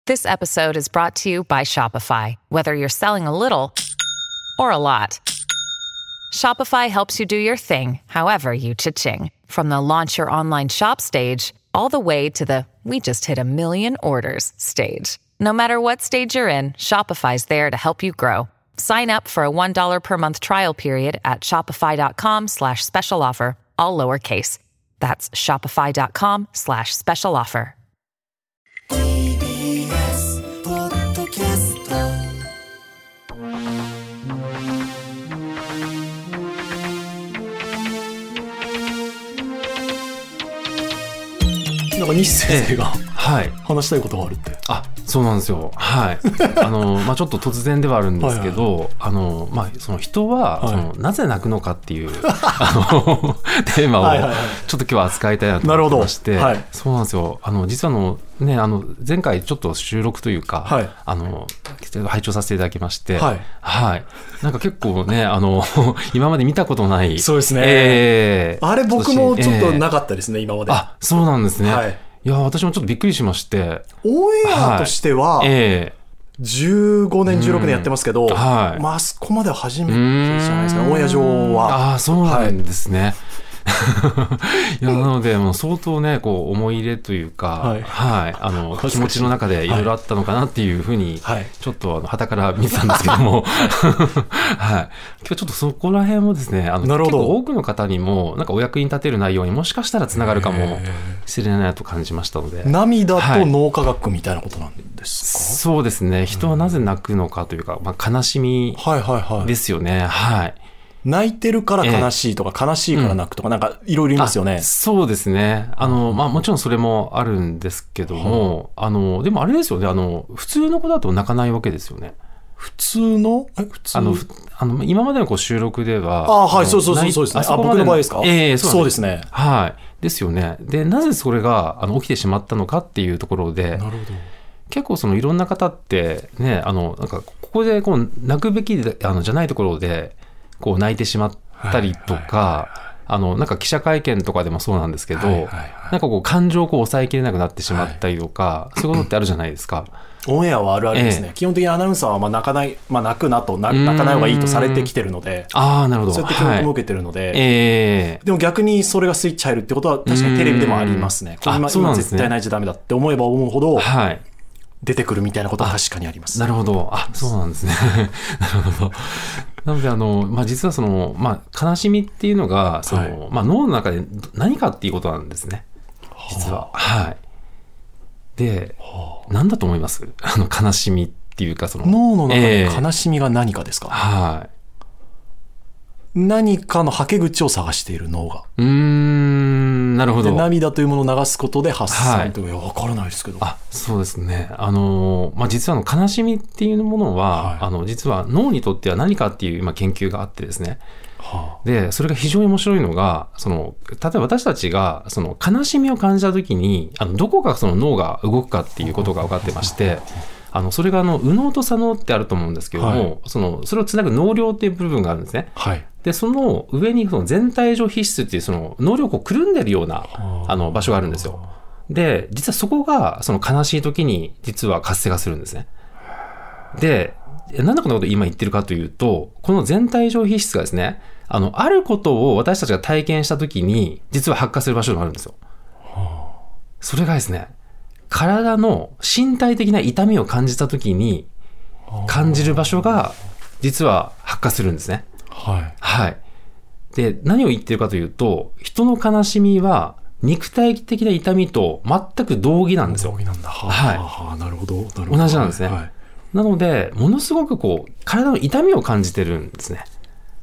This episode is brought to you by Shopify. Whether you're selling a little or a lot, Shopify helps you do your thing, however you cha-ching. From the launch your online shop stage, all the way to the we just hit 1 million orders stage. No matter what stage you're in, Shopify's there to help you grow. Sign up for a $1 per month trial period at shopify.com/special offer, all lowercase. That's shopify.com/special offer. TBS ポッドキャストなんか西先生が、 はい、 話したいことがあるって。 あ、そうなんですよ。はい。ちょっと突然ではあるんですけど、その人は、なぜ泣くのかっていうテーマをちょっと今日は扱いたいなと思ってまして、そうなんですよ。実は前回ちょっと収録というか、拝聴させていただきまして、なんか結構ね、今まで見たことない。 そうですね。あれ僕もちょっとなかったですね、今まで。 あ、そうなんですね。いや、私もちょっとびっくりしまして。 オンエアとしては、15年、16年やってますけど、あそこまでは初めてじゃないですか、オンエア上は。 あ、そうなんですね。いや、なのでもう相当ね、こう思い入れというか、気持ちの中でいろいろあったのかなっていうふうに、ちょっと傍から見てたんですけども、今日ちょっとそこら辺もですね、結構多くの方にもなんかお役に立てる内容にもしかしたらつながるかもしれないと感じましたので。 涙と脳科学みたいなことなんですか？ そうですね。人はなぜ泣くのかというか、悲しみですよね。 泣いてるから悲しいとか、悲しいから泣くとか、なんかいろいろ言いますよね。 そうですね。もちろんそれもあるんですけども、でもあれですよね。普通の子だと泣かないわけですよね。 普通の今までのこう収録では、 そうですね。僕の場合ですか？そうですね。 ですよね。で、なぜそれが起きてしまったのかっていうところで、 なるほど。 結構いろんな方ってね、なんかここでこう泣くべきじゃないところで、こう泣いてしまったりとか、なんか記者会見とかでもそうなんですけど、なんかこう感情をこう抑えきれなくなってしまったりとか、そういうことってあるじゃないですか。 オンエアはあるあるですね。基本的にアナウンサーは泣かない、泣くなと、泣かない方がいいとされてきてるので、 なるほど。 そうやって教育も受けてるので、でも逆にそれがスイッチ入るってことは確かにテレビでもありますね。今絶対泣いちゃダメだって思えば思うほど、出てくるみたいなことは確かにあります。 なるほど。そうなんですね。なるほど。なので、実は悲しみっていうのが、脳の中で何かっていうことなんですね。実は。で、何だと思います？悲しみっていうか、 脳の中で悲しみが何かですか？何かのはけ口を探している脳が。 なるほど。 で、涙というものを流すことで発散というか、わからないですけど。 そうですね。実は悲しみっていうものは、実は脳にとっては何かっていう今研究があってですね。で、それが非常に面白いのが、例えば私たちが悲しみを感じたときに、どこか脳が動くかっていうことが分かってまして、それが右脳と左脳ってあると思うんですけども、それをつなぐ脳梁っていう部分があるんですね。で、その上に全体上皮質っていう脳梁をくるんでるような場所があるんですよ。で、実はそこが悲しい時に実は活性化するんですね。で、なんでこんなこと今言ってるかというと、この全体上皮質がですね、あることを私たちが体験した時に実は発火する場所でもあるんですよ。それがですね、体の身体的な痛みを感じた時に感じる場所が実は発火するんですね。で、何を言ってるかというと、人の悲しみは肉体的な痛みと全く同義なんですよ。 同義なんだ。なるほど。 同じなんですね。なので、ものすごく体の痛みを感じてるんですね。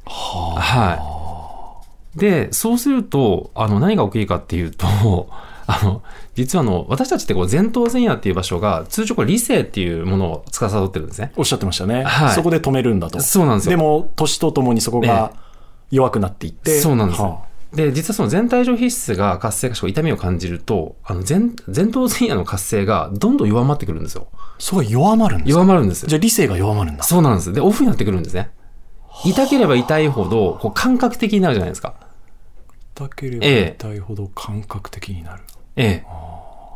で、そうすると、何が起きるかっていうと、実は私たちって前頭前野っていう場所が通常理性っていうものを司ってるんですね。 おっしゃってましたね。そこで止めるんだと。 そうなんですよ。 でも年とともにそこが弱くなっていって、 そうなんです。で、実は全体上皮質が活性化して痛みを感じると、前頭前野の活性がどんどん弱まってくるんですよ。 そこが弱まるんですか？ 弱まるんです。 じゃあ理性が弱まるんだ。 そうなんです。で、オフになってくるんですね。痛ければ痛いほど感覚的になるじゃないですか。 痛ければ痛いほど感覚的になる。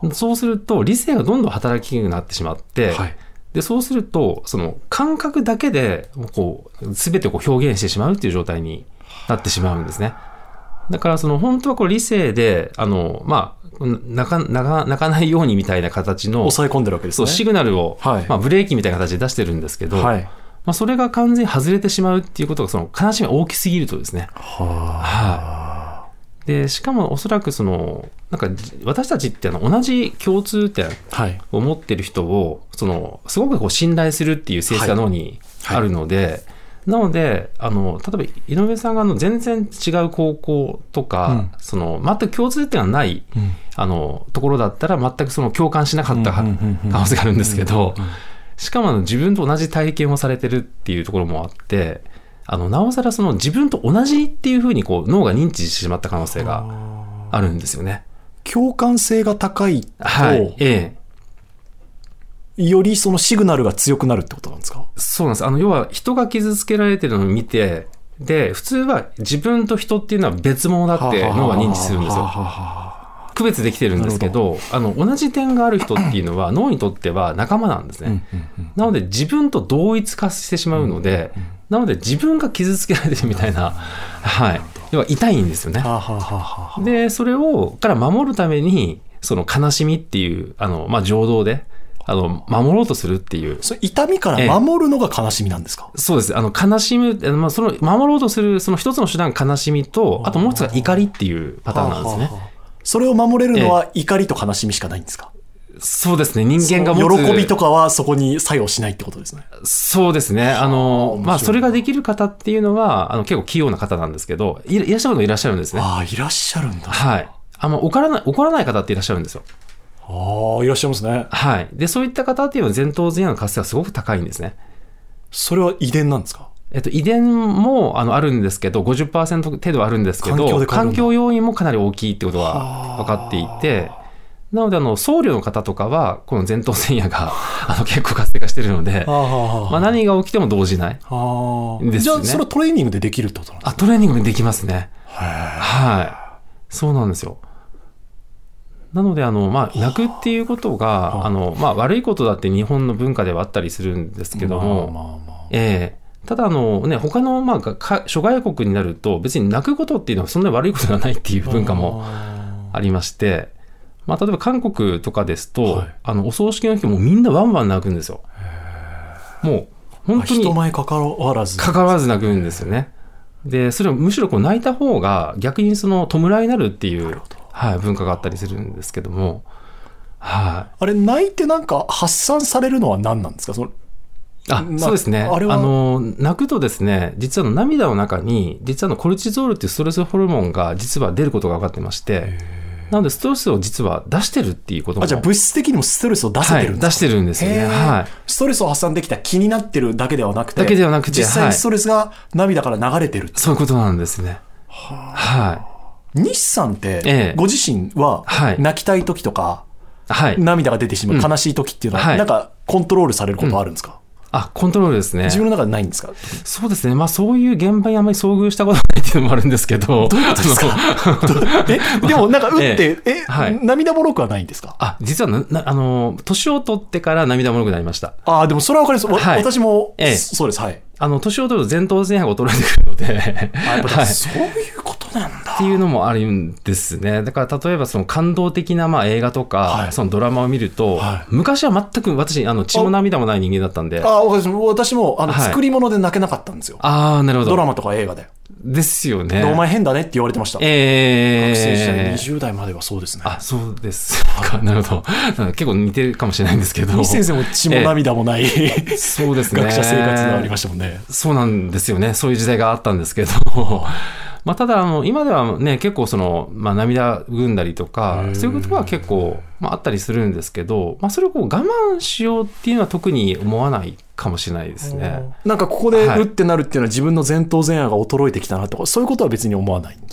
そうすると理性がどんどん働きにくくなってしまって、はい、でそうするとその感覚だけでこう全てを表現してしまうっていう状態になってしまうんですね。だからその本当はこれ理性で泣かないようにみたいな形の抑え込んでるわけですね。 そうシグナルを、はい、ブレーキみたいな形で出してるんですけど、はいそれが完全に外れてしまうっていうことがその悲しみが大きすぎるとですね。はい、でしかもおそらくそのなんか私たちって同じ共通点を持ってる人をそのすごくこう信頼するっていう性質が脳にあるので、はいはいなので例えば井上さんが全然違う高校とか、その全く共通点がない、ところだったら全くその共感しなかった可能性があるんですけど、しかも自分と同じ体験をされてるっていうところもあってなおさらその自分と同じっていうふうにこう脳が認知してしまった可能性があるんですよね。 共感性が高いと、はいよりそのシグナルが強くなるってことなんですか？ そうなんです。要は人が傷つけられてるのを見てで普通は自分と人っていうのは別物だって脳が認知するんですよ。区別できてるんですけど同じ点がある人っていうのは脳にとっては仲間なんですね。なので自分と同一化してしまうので、なので自分が傷つけられてるみたいな、はい、要は痛いんですよね。でそれをから守るためにその悲しみっていう情動で守ろうとするっていう。 それ痛みから守るのが悲しみなんですか？ そうです。悲しみ、その守ろうとするその一つの手段が悲しみと、あともう一つが怒りっていうパターンなんですね。 それを守れるのは怒りと悲しみしかないんですか？ そうですね。人間が持つ喜びとかはそこに作用しないってことですね。 そうですね。それができる方っていうのは結構器用な方なんですけど、いらっしゃるのいらっしゃるんですね。 いらっしゃるんだ。 はい。怒らない方っていらっしゃるんですよ。 いらっしゃいますね。 はい。で、そういった方っていうのは前頭前野の活性がすごく高いんですね。 それは遺伝なんですか？ 遺伝もあるんですけど、50% 程度はあるんですけど、環境要因もかなり大きいってことが分かっていて、なので僧侶の方とかはこの前頭前野が結構活性化しているので、何が起きても動じないですね。 じゃあそれはトレーニングでできるってことなんですか？ トレーニングでできますね。はい。そうなんですよ。なので泣くっていうことが悪いことだって日本の文化ではあったりするんですけども、ただ他の諸外国になると別に泣くことっていうのはそんなに悪いことがないっていう文化もありまして、例えば韓国とかですと、お葬式の日もみんなワンワン泣くんですよ。もう本当に人前かかわらず泣くんですよね。でそれをむしろ泣いた方が逆にその弔いになるっていう文化があったりするんですけども、 あれ泣いてなんか発散されるのは何なんですか？ そうですね。泣くとですね、実は涙の中に実はコルチゾールっていうストレスホルモンが実は出ることが分かってまして、なのでストレスを実は出してるっていうことも。 じゃあ物質的にもストレスを出せてるんですか？ 出してるんですよね。 ストレスを発散できた気になってるだけではなくて、実際にストレスが涙から流れてるそういうことなんですね。 西さんってご自身は泣きたい時とか、涙が出てしまう悲しい時っていうのはなんかコントロールされることはあるんですか？ コントロールですね。 自分の中でないんですか？ そうですね。そういう現場にあまり遭遇したことないっていうのもあるんですけど。 どういうことですか？でもなんか打って、涙もろくはないんですか？ 実は年を取ってから涙もろくなりました。 でもそれはわかります。私も、そうです。 年を取ると前頭前野が衰えてくるので。 そういうことなんだ。 っていうのもあるんですね。だから例えばその感動的な映画とか、そのドラマを見ると、昔は全く私血も涙もない人間だったんで。 私も作り物で泣けなかったんですよ。 なるほど。 ドラマとか映画で。 ですよね。 お前変だねって言われてました。学生時代20代まではそうですね。 そうですか。なるほど。結構似てるかもしれないんですけど。 西先生も血も涙もない、 そうですね。 学者生活がありましたもんね。 そうなんですよね。そういう時代があったんですけど。ただ今ではね結構涙ぐんだりとかそういうことは結構あったりするんですけど、それを我慢しようっていうのは特に思わないかもしれないですね。 なんかここでうってなるっていうのは自分の前頭前野が衰えてきたなとかそういうことは別に思わないんですか？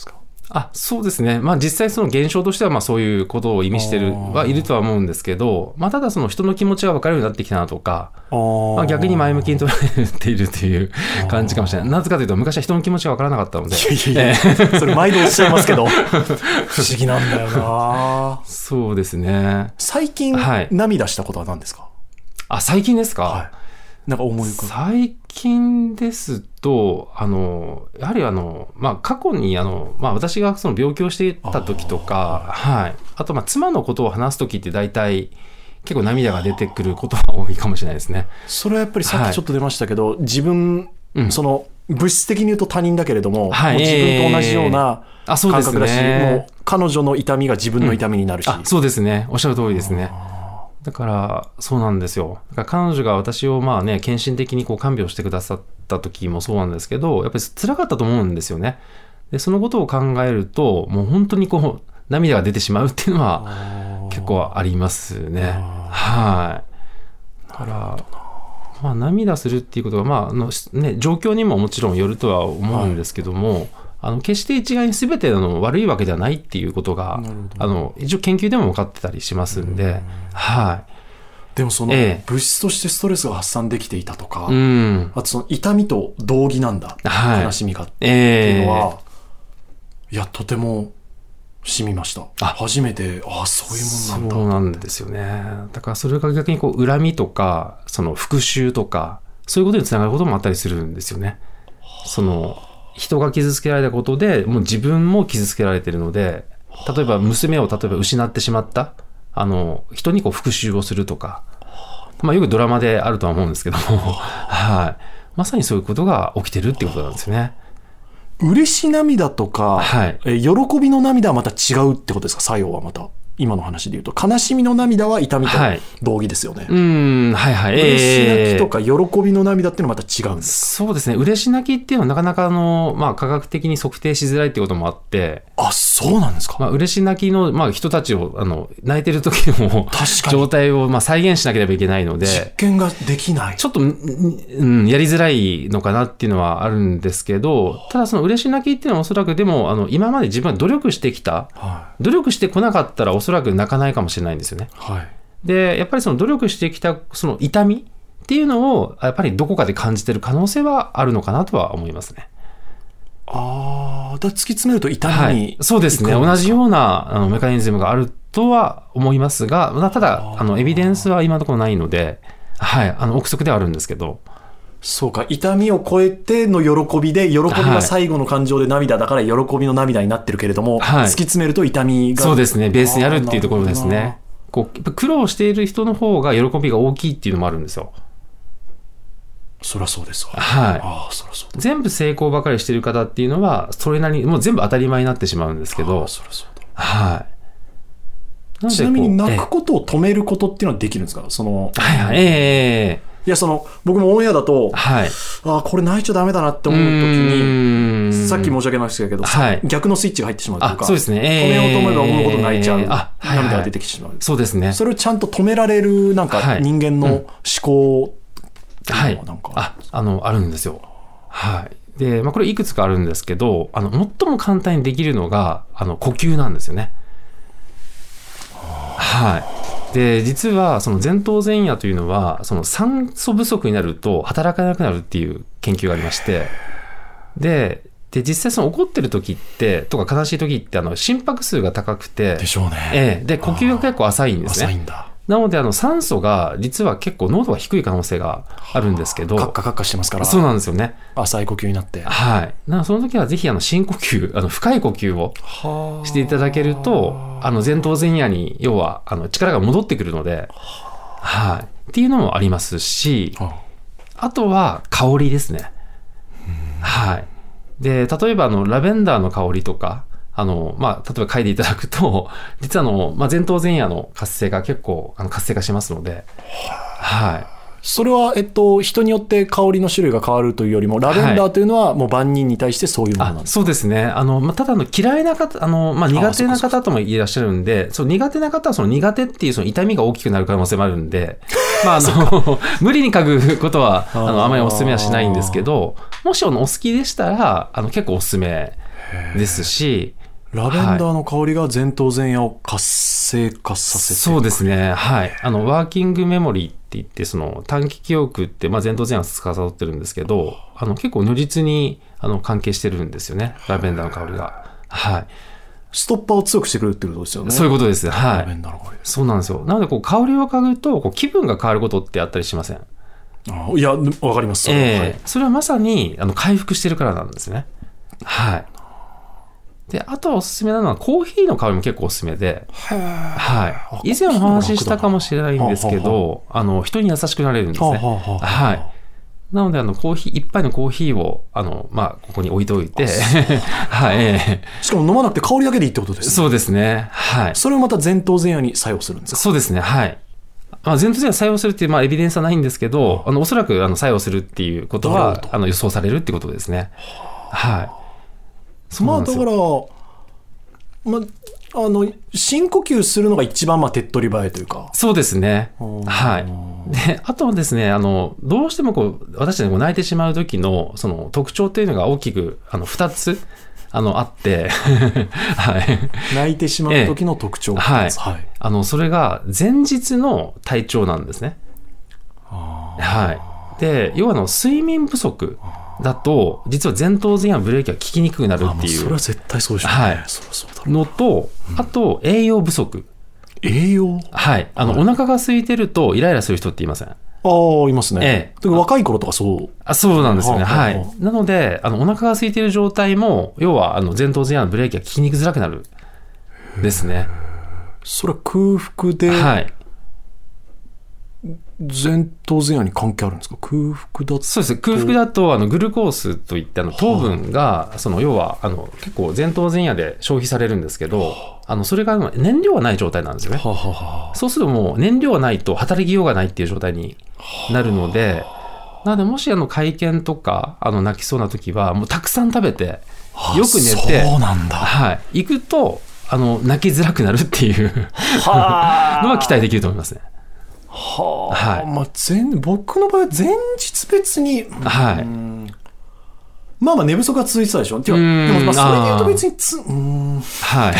そうですね。実際その現象としてはそういうことを意味しているとは思うんですけど、ただその人の気持ちが分かるようになってきたなとか、逆に前向きに捉えているという感じかもしれない。なぜかというと昔は人の気持ちが分からなかったので。 それ毎度おっしゃいますけど不思議なんだよな。 そうですね。 最近、涙したことは何ですか？ 最近ですか？ なんか思い浮かぶ。 最近ですと、やはり過去に私がその病気をしていた時とか、あと妻のことを話す時って大体結構涙が出てくることが多いかもしれないですね。 それはやっぱりさっきちょっと出ましたけど、自分、その物質的に言うと他人だけれども、もう自分と同じような感覚だし、もう彼女の痛みが自分の痛みになるし、 そうですね。おっしゃる通りですね。だからそうなんですよ。だから彼女が私を献身的に看病してくださった時もそうなんですけど、やっぱり辛かったと思うんですよね。でそのことを考えると、もう本当に涙が出てしまうっていうのは結構ありますね。だから涙するっていうことが状況にももちろんよるとは思うんですけども、決して一概に全て悪いわけではないっていうことが一応研究でも分かってたりしますんで、 でもその物質としてストレスが発散できていたとか、あとその痛みと同義なんだ、悲しみがっていうのは、いやとても染みました。初めてそういうもんなんだ。 そうなんですよね。だからそれが逆に恨みとかその復讐とかそういうことにつながることもあったりするんですよね。その人が傷つけられたことでもう自分も傷つけられているので、例えば娘を失ってしまった人に復讐をするとか、よくドラマであるとは思うんですけどもまさにそういうことが起きてるっていうことなんですよね。 嬉し涙とか、喜びの涙はまた違うってことですか？作用はまた今の話で言うと、悲しみの涙は痛みと同義ですよね。嬉し泣きとか喜びの涙っていうのはまた違うんですか？ そうですね。嬉し泣きっていうのはなかなか科学的に測定しづらいってこともあって、 そうなんですか？ 嬉し泣きの、人たちを泣いてる時の状態を再現しなければいけないので、 実験ができない。 ちょっと、やりづらいのかなっていうのはあるんですけど、ただその嬉し泣きっていうのはおそらくでも今まで自分は努力してきた、努力してこなかったらおそらく泣かないかもしれないんですよね。でやっぱりその努力してきたその痛みっていうのをやっぱりどこかで感じてる可能性はあるのかなとは思いますね。 突き詰めると痛みに、 そうですね。同じようなメカニズムがあるとは思いますが、ただエビデンスは今のところないので、憶測ではあるんですけど。 そうか、痛みを超えての喜びで、喜びが最後の感情で涙だから喜びの涙になってるけれども、突き詰めると痛みが、 そうですね、ベースにあるっていうところですね。苦労している人の方が喜びが大きいっていうのもあるんですよ。 そりゃそうですわ。そりゃそうだ。 全部成功ばかりしている方っていうのはそれなりにもう全部当たり前になってしまうんですけど、 そりゃそうだ。ちなみに泣くことを止めることっていうのはできるんですか？いや僕もオンエアだと、これ泣いちゃダメだなって思う時に、さっき申し訳ないですけど、逆のスイッチが入ってしまうというか、 そうですね、 止めようと思えば思うほど泣いちゃう、涙が出てきてしまう。 そうですね。 それをちゃんと止められる人間の思考っていうのはなんか、 あるんですよ。で、これいくつかあるんですけど、最も簡単にできるのが呼吸なんですよね。で実はその前頭前野というのはその酸素不足になると働かなくなるっていう研究がありまして、で実際怒ってる時ってとか悲しい時って心拍数が高くてでしょうね。 で呼吸が結構浅いんですね。 浅いんだ。 なので酸素が実は結構濃度が低い可能性があるんですけど、 カッカカッカしてますから。 そうなんですよね。 浅い呼吸になって、 その時はぜひ深呼吸深い呼吸をしていただけると前頭前野に要は力が戻ってくるので、っていうのもありますし、あとは香りですね。で例えばラベンダーの香りとか例えば嗅いでいただくと実は前頭前野の活性が結構活性化しますので、 それは人によって香りの種類が変わるというよりもラベンダーというのはもう万人に対してそういうものなんですか？ そうですね。ただ嫌いな方苦手な方ともいらっしゃるんで、苦手な方はその苦手っていうその痛みが大きくなる可能性もあるんで無理に嗅ぐことはあまりお勧めはしないんですけど、もしお好きでしたら結構おすすめですし、 ラベンダーの香りが前頭前野を活性化させて、 そうですね。はい。ワーキングメモリーって言って、その短期記憶って、前頭前野を司ってるんですけど、結構如実に、関係してるんですよね。ラベンダーの香りが。はい。 ストッパーを強くしてくれるってことですよね。 そういうことです。はい。 ラベンダーの香り。 そうなんですよ。なので、香りを嗅ぐと、気分が変わることってあったりしません？ いや、わかります。 はい、それはまさに、回復してるからなんですね。はい。で、あとはおすすめなのはコーヒーの香りも結構おすすめで、はい。以前お話ししたかもしれないんですけど、人に優しくなれるんですね。はい。なので、コーヒー、一杯のコーヒーを、ここに置いておいて、はい。 しかも飲まなくて香りだけでいいってことですね。 そうですね。はい。 それをまた前頭前野に作用するんですか？ そうですね。はい。前頭前野作用するっていう、エビデンスはないんですけど、おそらく、作用するっていうことは、予想されるってことですね。はい。 だから、深呼吸するのが一番手っ取り早いというか。 そうですね。はい。で、あとはですね、どうしても私たちが泣いてしまう時の、その特徴というのが大きく、2つ、あって、はい。 泣いてしまう時の特徴が2つ。 はい。それが前日の体調なんですね。はい。で、要は睡眠不足だと、実は前頭前野のブレーキが効きにくくなるっていう。 それは絶対そうでしょうね。 はい。のと、あと、栄養不足。 栄養？ はい。お腹が空いてるとイライラする人っていません？ いますね。若い頃とかそう。 そうなんですよね。はい。なので、お腹が空いてる状態も、要は、前頭前野のブレーキが効きにくづらくなる。ですね。 それは空腹で、はい。前頭前野に関係あるんですか？空腹だと。 そうです。空腹だとグルコースといって糖分が要は結構前頭前野で消費されるんですけど、それが燃料がない状態なんですよね。そうするともう燃料がないと働きようがないっていう状態になるので、なのでもし会見とか泣きそうな時はもうたくさん食べてよく寝て、 そうなんだ。 はい。行くと泣きづらくなるっていうのは期待できると思いますね。 はい。僕の場合は前日別に、 はい。 寝不足が続いてたでしょ。でもそれで言うと別にはい。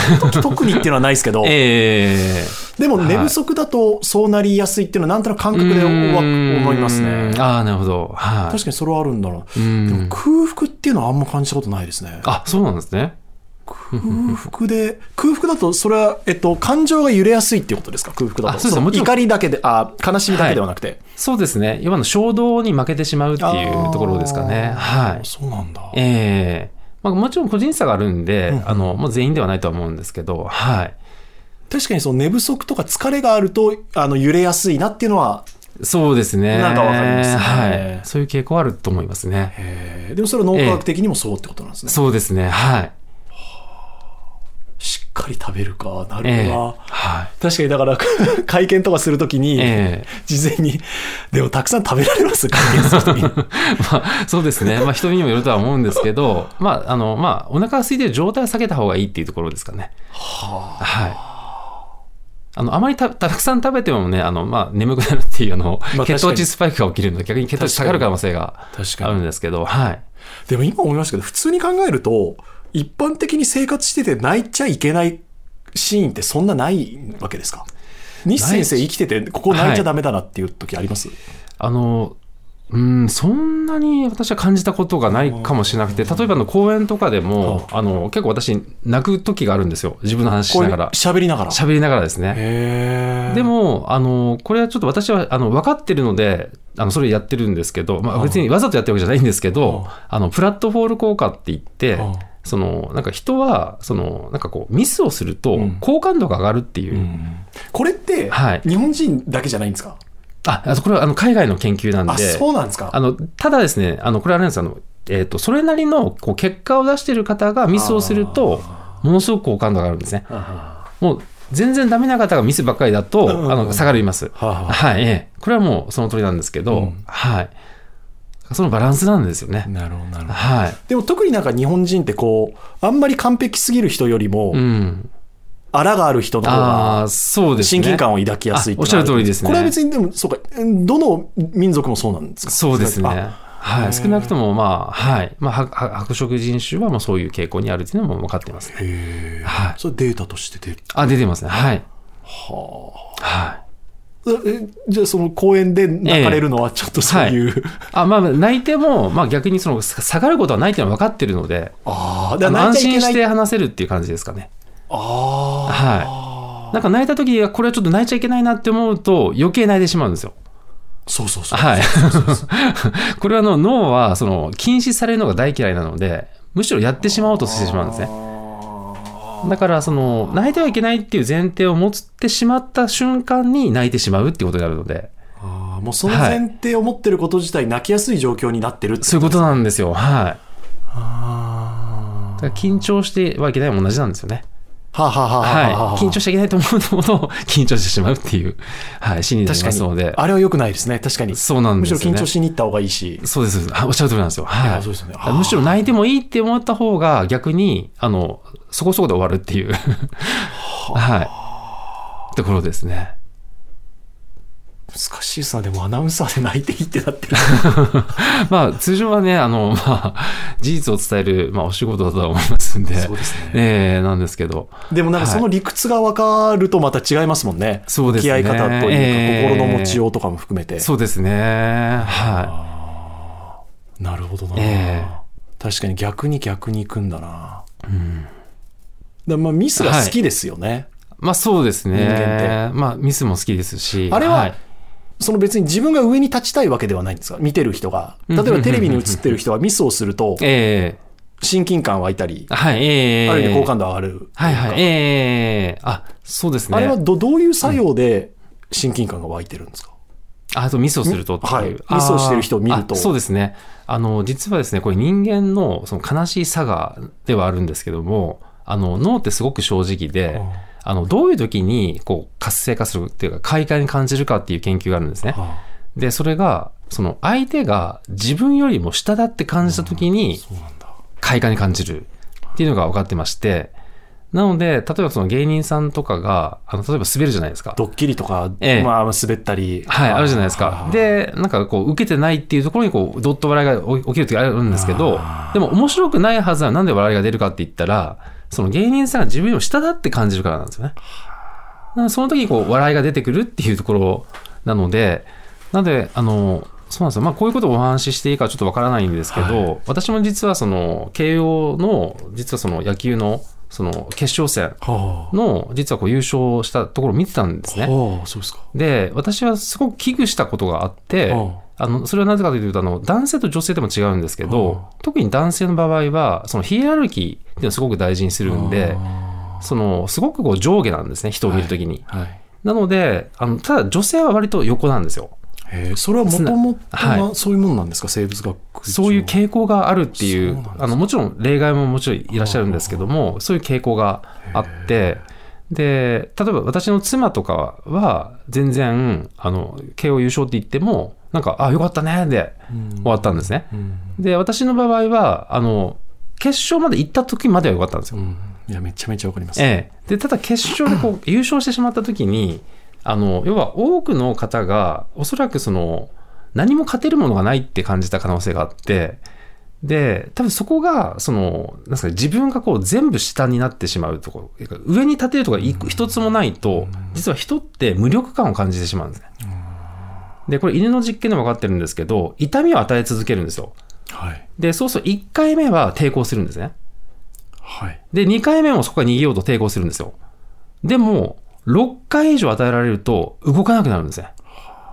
特にっていうのはないですけど、でも寝不足だとそうなりやすいっていうのはなんとなく感覚で思いますね。 なるほど。はい。 確かにそれはあるんだな。でも空腹っていうのはあんま感じたことないですね。 そうなんですね。 空腹だとそれは、感情が揺れやすいっていうことですか？空腹だと。そうです。もちろん怒りだけで、悲しみだけではなくて。 そうですね。今の衝動に負けてしまうっていうところですかね。はい。 そうなんだ。 もちろん個人差があるんで、もう全員ではないとは思うんですけど、はい。 確かに寝不足とか疲れがあると、揺れやすいなっていうのは、 そうですね。 なんかわかりますね。 はい。そういう傾向あると思いますね。 でもそれは脳科学的にもそうってことなんですね。 そうですね。はい。 しっかり食べるか。なるほど。確かにだから会見とかするときに、事前に、でもたくさん食べられます？会見するときに。 そうですね。人にもよるとは思うんですけど、お腹が空いてる状態を避けた方がいいっていうところですかね。はい。あまりたくさん食べてもね、眠くなるっていう血糖値スパイクが起きるので、逆に血糖値下がる可能性があるんですけど、はい。 でも今思いましたけど、普通に考えると、一般的に生活してて泣いちゃいけないシーンってそんなないわけですか？西先生生きててここ泣いちゃダメだなっていう時あります？ そんなに私は感じたことがないかもしれなくて、例えば公演とかでも結構私泣く時があるんですよ。自分の話しながら。 喋りながらですね。でもこれはちょっと私は分かってるのでそれやってるんですけど、別にわざとやってるわけじゃないんですけど、プラットフォール効果って言って、なんか人はなんかミスをすると好感度が上がるっていう、 これって日本人だけじゃないんですか？ これは海外の研究なんで。 そうなんですか？ ただですね、これはあれなんですそれなりの結果を出している方がミスをするとものすごく好感度が上がるんですね。もう全然ダメな方がミスばっかりだと下がります。はい。これはもうその通りなんですけど、はい。そのバランスなんですよね。 なるほど。 はい。 でも特になんか日本人ってあんまり完璧すぎる人よりも、あらがある人の方が親近感を抱きやすいって、 おっしゃる通りですね。 これは別にでもそうか、どの民族もそうなんですか？ そうですね。 はい、少なくとも、白色人種はもうそういう傾向にあるというのも分かっていますね。 はい、それデータとして出る？ 出てますね。はい。 じゃあその公園で泣かれるのはちょっとそういう、 泣いても、逆にその下がることはないというのは分かってるので、安心して話せるっていう感じですかね。なんか泣いた時はこれはちょっと泣いちゃいけないなって思うと余計泣いてしまうんですよ。 そうこれは脳はその禁止されるのが大嫌いなので、むしろやってしまおうとしてしまうんですね。だからその泣いてはいけないっていう前提を持ってしまった瞬間に泣いてしまうっていうことになるので、 もうその前提を持ってること自体泣きやすい状況になってるってことですね。 そういうことなんですよ。だから緊張してはいけないも同じなんですよね。緊張しちゃいけないと思うほど緊張してしまうっていう、心理になりますので、 あれは良くないですね。確かに。 そうなんですよね。 むしろ緊張しに行った方がいいし。 そうです。おっしゃる通りなんですよ。 そうですね。 むしろ泣いてもいいって思った方が逆にそこそこで終わるっていうところですね。 難しいさ。でもアナウンサーで泣いていいってなってる通常はね事実を伝える、お仕事だと思いますんで、 そうですね。 なんですけど、 でもなんかその理屈が分かるとまた違いますもんね。 そうですね。 向き合い方というか、心の持ちようとかも含めて。 そうですね。 なるほどな。確かに逆に行くんだな。ミスが好きですよね。 そうですね。 人間ってミスも好きですし、 あれは、その別に自分が上に立ちたいわけではないんですか？見てる人が。例えばテレビに映ってる人はミスをすると、親近感湧いたり、ある意味好感度上がる。 そうですね。 あれはどういう作用で親近感が湧いてるんですか？ ミスをするとっていう。 ミスをしてる人を見ると。 そうですね。実はですね、これ人間のその悲しい差がではあるんですけども、脳ってすごく正直で、どういう時に活性化するっていうか快感に感じるかっていう研究があるんですね。でそれがその相手が自分よりも下だって感じた時に快感に感じるっていうのが分かってまして、なので例えばその芸人さんとかが例えば滑るじゃないですか。 ドッキリとか、滑ったり、 あるじゃないですか。でなんか受けてないっていうところにどっと笑いが起きる時があるんですけど、でも面白くないはずはなんで笑いが出るかって言ったら、その芸人さんが自分よりも下だって感じるからなんですよね。その時に笑いが出てくるっていうところなので、そうなんですよ。こういうことをお話ししていいかちょっとわからないんですけど、私も実はその慶応の実はその野球のその決勝戦の実は優勝したところを見てたんですね。 そうですか。で私はすごく危惧したことがあって、それはなぜかというと男性と女性でも違うんですけど、特に男性の場合はそのヒエラルキーっていうのをすごく大事にするんで、すごく上下なんですね、人を見るときに。なのでただ女性は割と横なんですよ。 それはもともとそういうものなんですか？生物学そういう傾向があるっていう、もちろん例外ももちろんいらっしゃるんですけども、そういう傾向があって、で例えば私の妻とかは全然慶応優勝って言ってもなんかよかったねで終わったんですね。で私の場合は決勝まで行った時までは良かったんですよ。 いやめちゃめちゃわかります。 でただ決勝で優勝してしまった時に要は多くの方がおそらく何も勝てるものがないって感じた可能性があって、で多分そこがなんですか、自分が全部下になってしまうところ、上に立てるところが一つもないと、実は人って無力感を感じてしまうんですね。でこれ犬の実験でも分かってるんですけど、痛みを与え続けるんですよ。でそうすると1回目は抵抗するんですね。で2回目もそこから逃げようと抵抗するんですよ。でも6回以上与えられると動かなくなるんですね。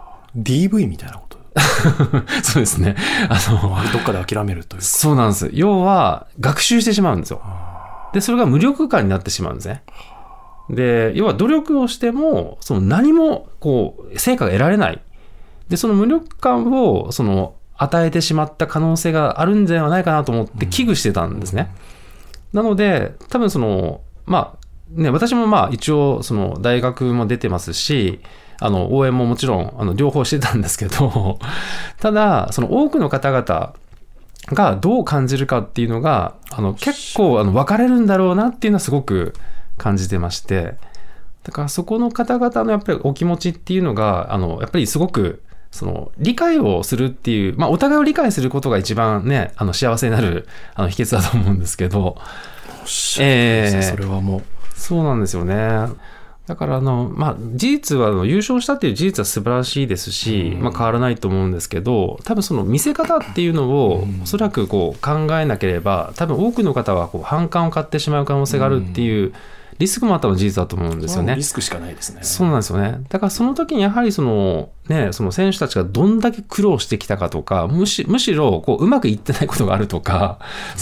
DV みたいなことそうですね。 どっかで諦めるというか。 そうなんです。要は学習してしまうんですよ。でそれが無力感になってしまうんですね。で要は努力をしても何も成果が得られない。でその無力感を与えてしまった可能性があるんではないかなと思って危惧してたんですね。なので多分私も一応大学も出てますし、応援ももちろん両方してたんですけど、ただ多くの方々がどう感じるかっていうのが結構分かれるんだろうなっていうのはすごく感じてまして、だからそこの方々のやっぱりお気持ちっていうのがやっぱりすごくその理解をするっていう、まあ、お互いを理解することが一番ね、幸せになる秘訣だと思うんですけど、 それはもうそうなんですよね。だからまあ、事実は優勝したっていう事実は素晴らしいですし、まあ、変わらないと思うんですけど、多分その見せ方っていうのをおそらくこう考えなければ、多分多くの方はこう反感を買ってしまう可能性があるっていうリスクもあったのは事実だと思うんですよね。 リスクしかないですね。 そうなんですよね。だからその時にやはりその選手たちがどんだけ苦労してきたかとか、むしろこううまくいってないことがあるとか、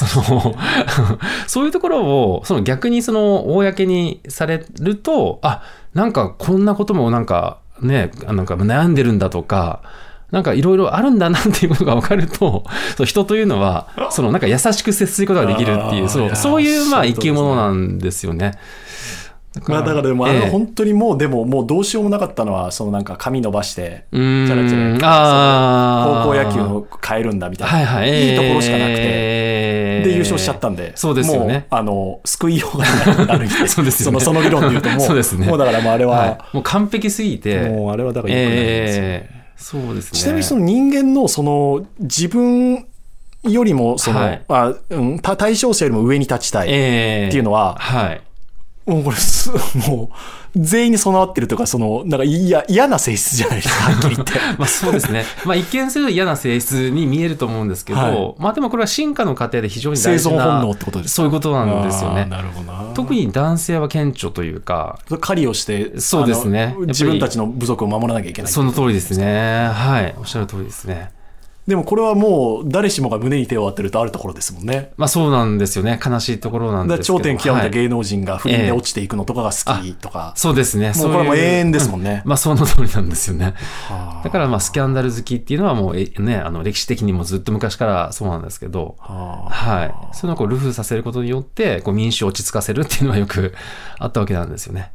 そういうところを逆に公にされると、なんかこんなこともなんか悩んでるんだとか、なんかいろいろあるんだなっていうことが分かると、人というのはなんか優しく接することができるっていう、そういうまあ生き物なんですよね。 だからでも本当にもうどうしようもなかったのはなんか髪伸ばしてチャラチャラ高校野球を変えるんだみたいな、いいところしかなくて、で優勝しちゃったんで、 そうですよね。 もう救いようがなくなるみたいなその理論で言うとそうですね。 もうだからもうあれは、 もう完璧すぎて、 もうあれはだから良くないんですよね。 そうですね。 ちなみに人間の自分よりも対象者よりも上に立ちたいっていうのは、もうこれもう全員に備わってるとかなんか嫌な性質じゃないですか、はっきり言ってまあそうですね。まあ一見すると嫌な性質に見えると思うんですけど、まあでもこれは進化の過程で非常に大事な生存本能ってことですか。 そういうことなんですよね。 なるほどな。 特に男性は顕著というか、 狩りをしてそうですね。 自分たちの部族を守らなきゃいけない。 その通りですね。はい、おっしゃる通りですね。 でもこれはもう誰しもが胸に手を当てるとあるところですもんね。 まあそうなんですよね。悲しいところなんですけど。 頂点極めた芸能人が不倫で落ちていくのとかが好きとか。 そうですね。 もうこれも永遠ですもんね。 まあその通りなんですよね。だからまあスキャンダル好きっていうのはもうね、歴史的にもずっと昔からそうなんですけど、はい。そういうのをこう流布させることによってこう民衆を落ち着かせるっていうのはよくあったわけなんですよね。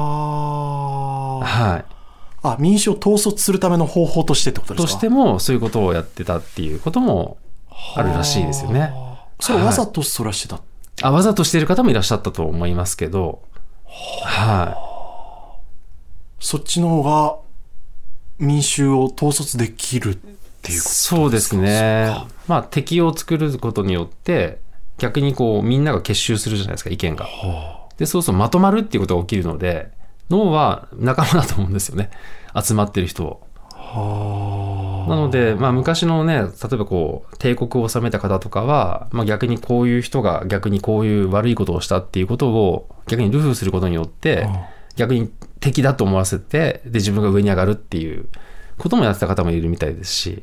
はい。 民主を統率するための方法としてってことですか。 としてもそういうことをやってたっていうこともあるらしいですよね。 それわざとそらしてた、 わざとしている方もいらっしゃったと思いますけど、 そっちの方が民衆を統率できるっていうことですか。 そうですね。まあ敵を作ることによって逆にこうみんなが結集するじゃないですか、意見が。でそうするとまとまるっていうことが起きるので、脳は仲間だと思うんですよね、集まってる人を。なので、まあ、昔のね、例えばこう帝国を治めた方とかは、まあ、逆にこういう人が逆にこういう悪いことをしたっていうことを逆に流布することによって逆に敵だと思わせて、で自分が上に上がるっていうこともやってた方もいるみたいですし、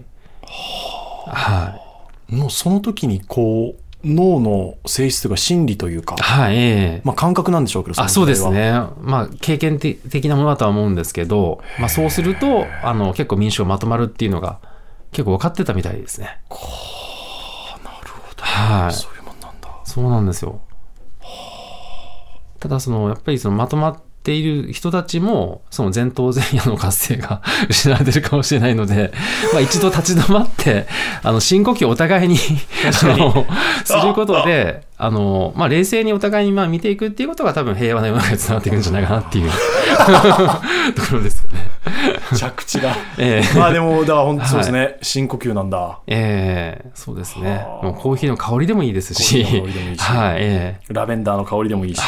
もうその時にこう脳の性質というか心理というか、まあ、感覚なんでしょうけど、 そうですね。まあ、経験的なものだとは思うんですけど、まあ、そうすると結構民主がまとまるっていうのが結構分かってたみたいですね。 なるほど、そういうもんなんだ。 そうなんですよ。ただやっぱりまとまっている人たちも前頭前野の活性が失われてるかもしれないので、まあ、一度立ち止まって深呼吸をお互いにすることでまあ、冷静にお互いにまあ見ていくっていうことが多分平和な世の中につながっていくんじゃないかなっていうところですよね。 着地がまあでもだから本当そうですね、深呼吸なんだ。 そうですね。もうコーヒーの香りでもいいですし、 ラベンダーの香りでもいいし、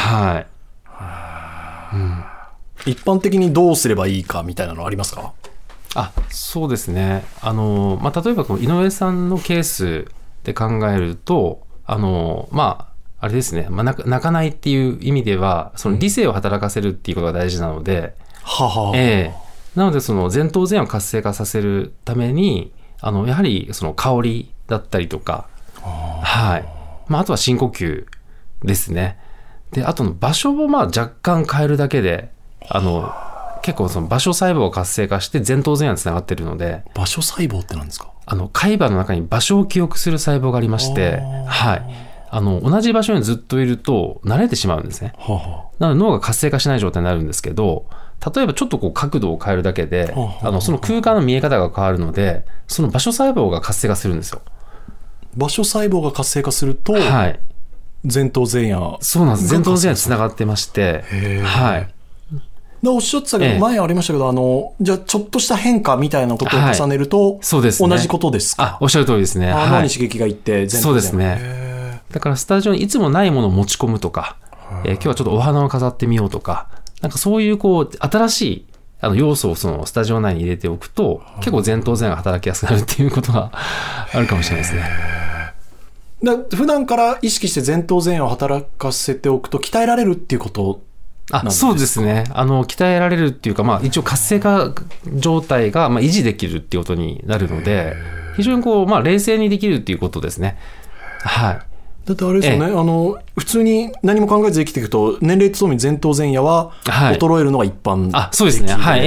一般的にどうすればいいかみたいなのありますか。 そうですね。まあ、例えばこの井上さんのケースで考えると、まああれですね、まあ、泣かないっていう意味では理性を働かせるっていうことが大事なので、なので前頭前野を活性化させるためにやはり香りだったりとか、まあ、あとは深呼吸ですね。であとの場所をまあ若干変えるだけで結構場所細胞が活性化して前頭前野につながっているので。 場所細胞って何ですか。 海馬の中に場所を記憶する細胞がありまして、同じ場所にずっといると慣れてしまうんですね。なので脳が活性化しない状態になるんですけど、例えばちょっとこう角度を変えるだけでその空間の見え方が変わるので、その場所細胞が活性化するんですよ。 場所細胞が活性化すると、前頭前野。 そうなんです。前頭前野につながってまして、 おっしゃってたけど、前ありましたけど、じゃあちょっとした変化みたいなことを重ねると、 そうですね。 同じことですか？ おっしゃる通りですね。 脳に刺激がいって全部。 そうですね。だからスタジオにいつもないものを持ち込むとか、今日はちょっとお花を飾ってみようとか、なんかそういう新しい要素をそのスタジオ内に入れておくと、結構前頭前野が働きやすくなるっていうことがあるかもしれないですね。 普段から意識して前頭前野を働かせておくと鍛えられるっていうことなんですか？ そうですね。鍛えられるっていうか、一応活性化状態が維持できるっていうことになるので、非常に冷静にできるっていうことですね。はい。 だってあれですよね、普通に何も考えず生きていくと、年齢とともに前頭前野は衰えるのが一般的で、 そうですね。はい。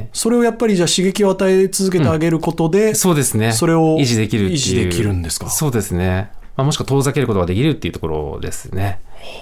それをやっぱりじゃあ刺激を与え続けてあげることで、 そうですね。 それを維持できるっていう。 維持できるんですか？ そうですね。もしくは遠ざけることができるっていうところですね。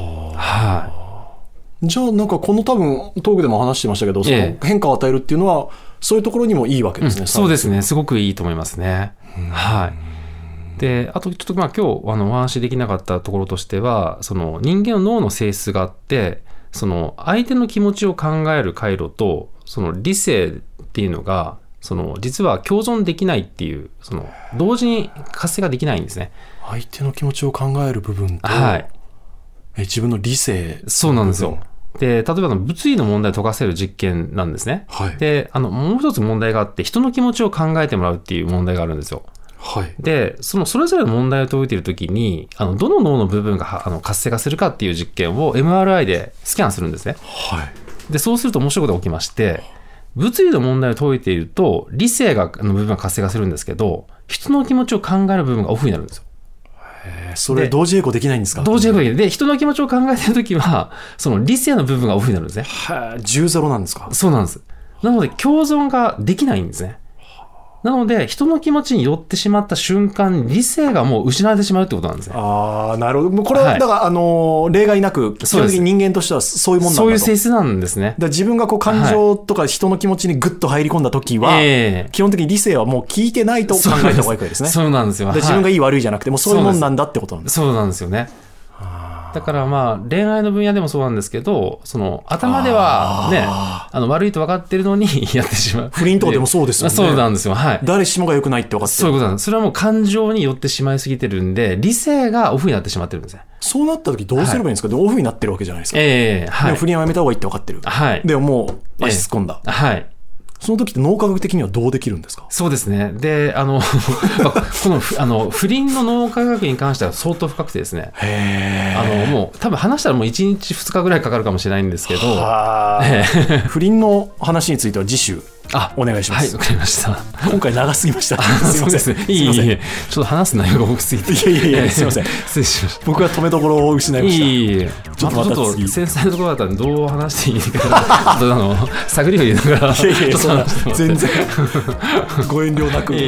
じゃあなんかこの多分トークでも話してましたけど、その変化を与えるっていうのはそういうところにもいいわけですね。 そうですね。すごくいいと思いますね。はい。で、あとちょっと今日お話しできなかったところとしては、その人間の脳の性質があって、その相手の気持ちを考える回路とその理性っていうのが実は共存できないっていう、同時に活性ができないんですね。 相手の気持ちを考える部分と、自分の理性。 そうなんですよ。で、例えば物理の問題を解かせる実験なんですね。で、もう一つ問題があって、人の気持ちを考えてもらうっていう問題があるんですよ。で、それぞれの問題を解いているときに、どの脳の部分が活性化するかっていう実験を MRI でスキャンするんですね。で、そうすると面白いことが起きまして、物理の問題を解いていると、理性の部分が活性化するんですけど、人の気持ちを考える部分がオフになるんですよ。 それ同時並行できないんですか？ 同時並行で、人の気持ちを考えているときは、その理性の部分がオフになるんですね。 10-0なんですか？そうなんです。なので、共存ができないんですね。なので、人の気持ちに寄ってしまった瞬間に理性がもう失われてしまうってことなんですね。 なるほど。これは、だから、例外なく、基本的に人間としてはそういうもんなんだと。 そういう性質なんですね。 自分が感情とか人の気持ちにグッと入り込んだときは、基本的に理性はもう聞いてないと考えた方がいいわけですね。 そうなんですよ。 自分がいい悪いじゃなくて、もうそういうもんなんだってことなんです。 そうなんですよね。だから恋愛の分野でもそうなんですけど、頭ではね、悪いと分かってるのにやってしまう。 不倫とかでもそうですよね。 そうなんですよ。 誰しもが良くないって分かってる。 そういうことなんです。それはもう感情に寄ってしまいすぎてるんで、理性がオフになってしまってるんですね。そうなった時どうすればいいんですか？でもオフになってるわけじゃないですか。でも不倫はやめた方がいいって分かってる。でももう足突っ込んだ。その時って脳科学的にはどうできるんですか？ そうですね。で、この不倫の脳科学に関しては相当深くてですね。もう多分話したらもう1日2日ぐらいかかるかもしれないんですけど、 不倫の話については次週お願いします。 わかりました。 今回長すぎました。すみません。 いい。ちょっと話す内容が多すぎて。 いやすみません。失礼しました。僕は止めどころを失いました。 ちょっと繊細なところだったらどう話していいかちょっと探りを入れながら。 全然ご遠慮なく。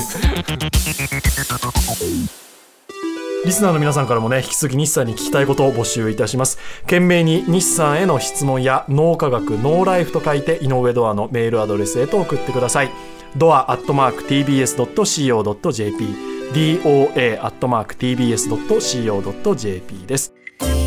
リスナーの皆さんからもね、引き続き日産に聞きたいことを募集いたします。懸命に日産への質問や脳科学ノーライフと書いて井上ドアのメールアドレスへと送ってください。doa@tbs.co.jp doa@tbs.co.jp です。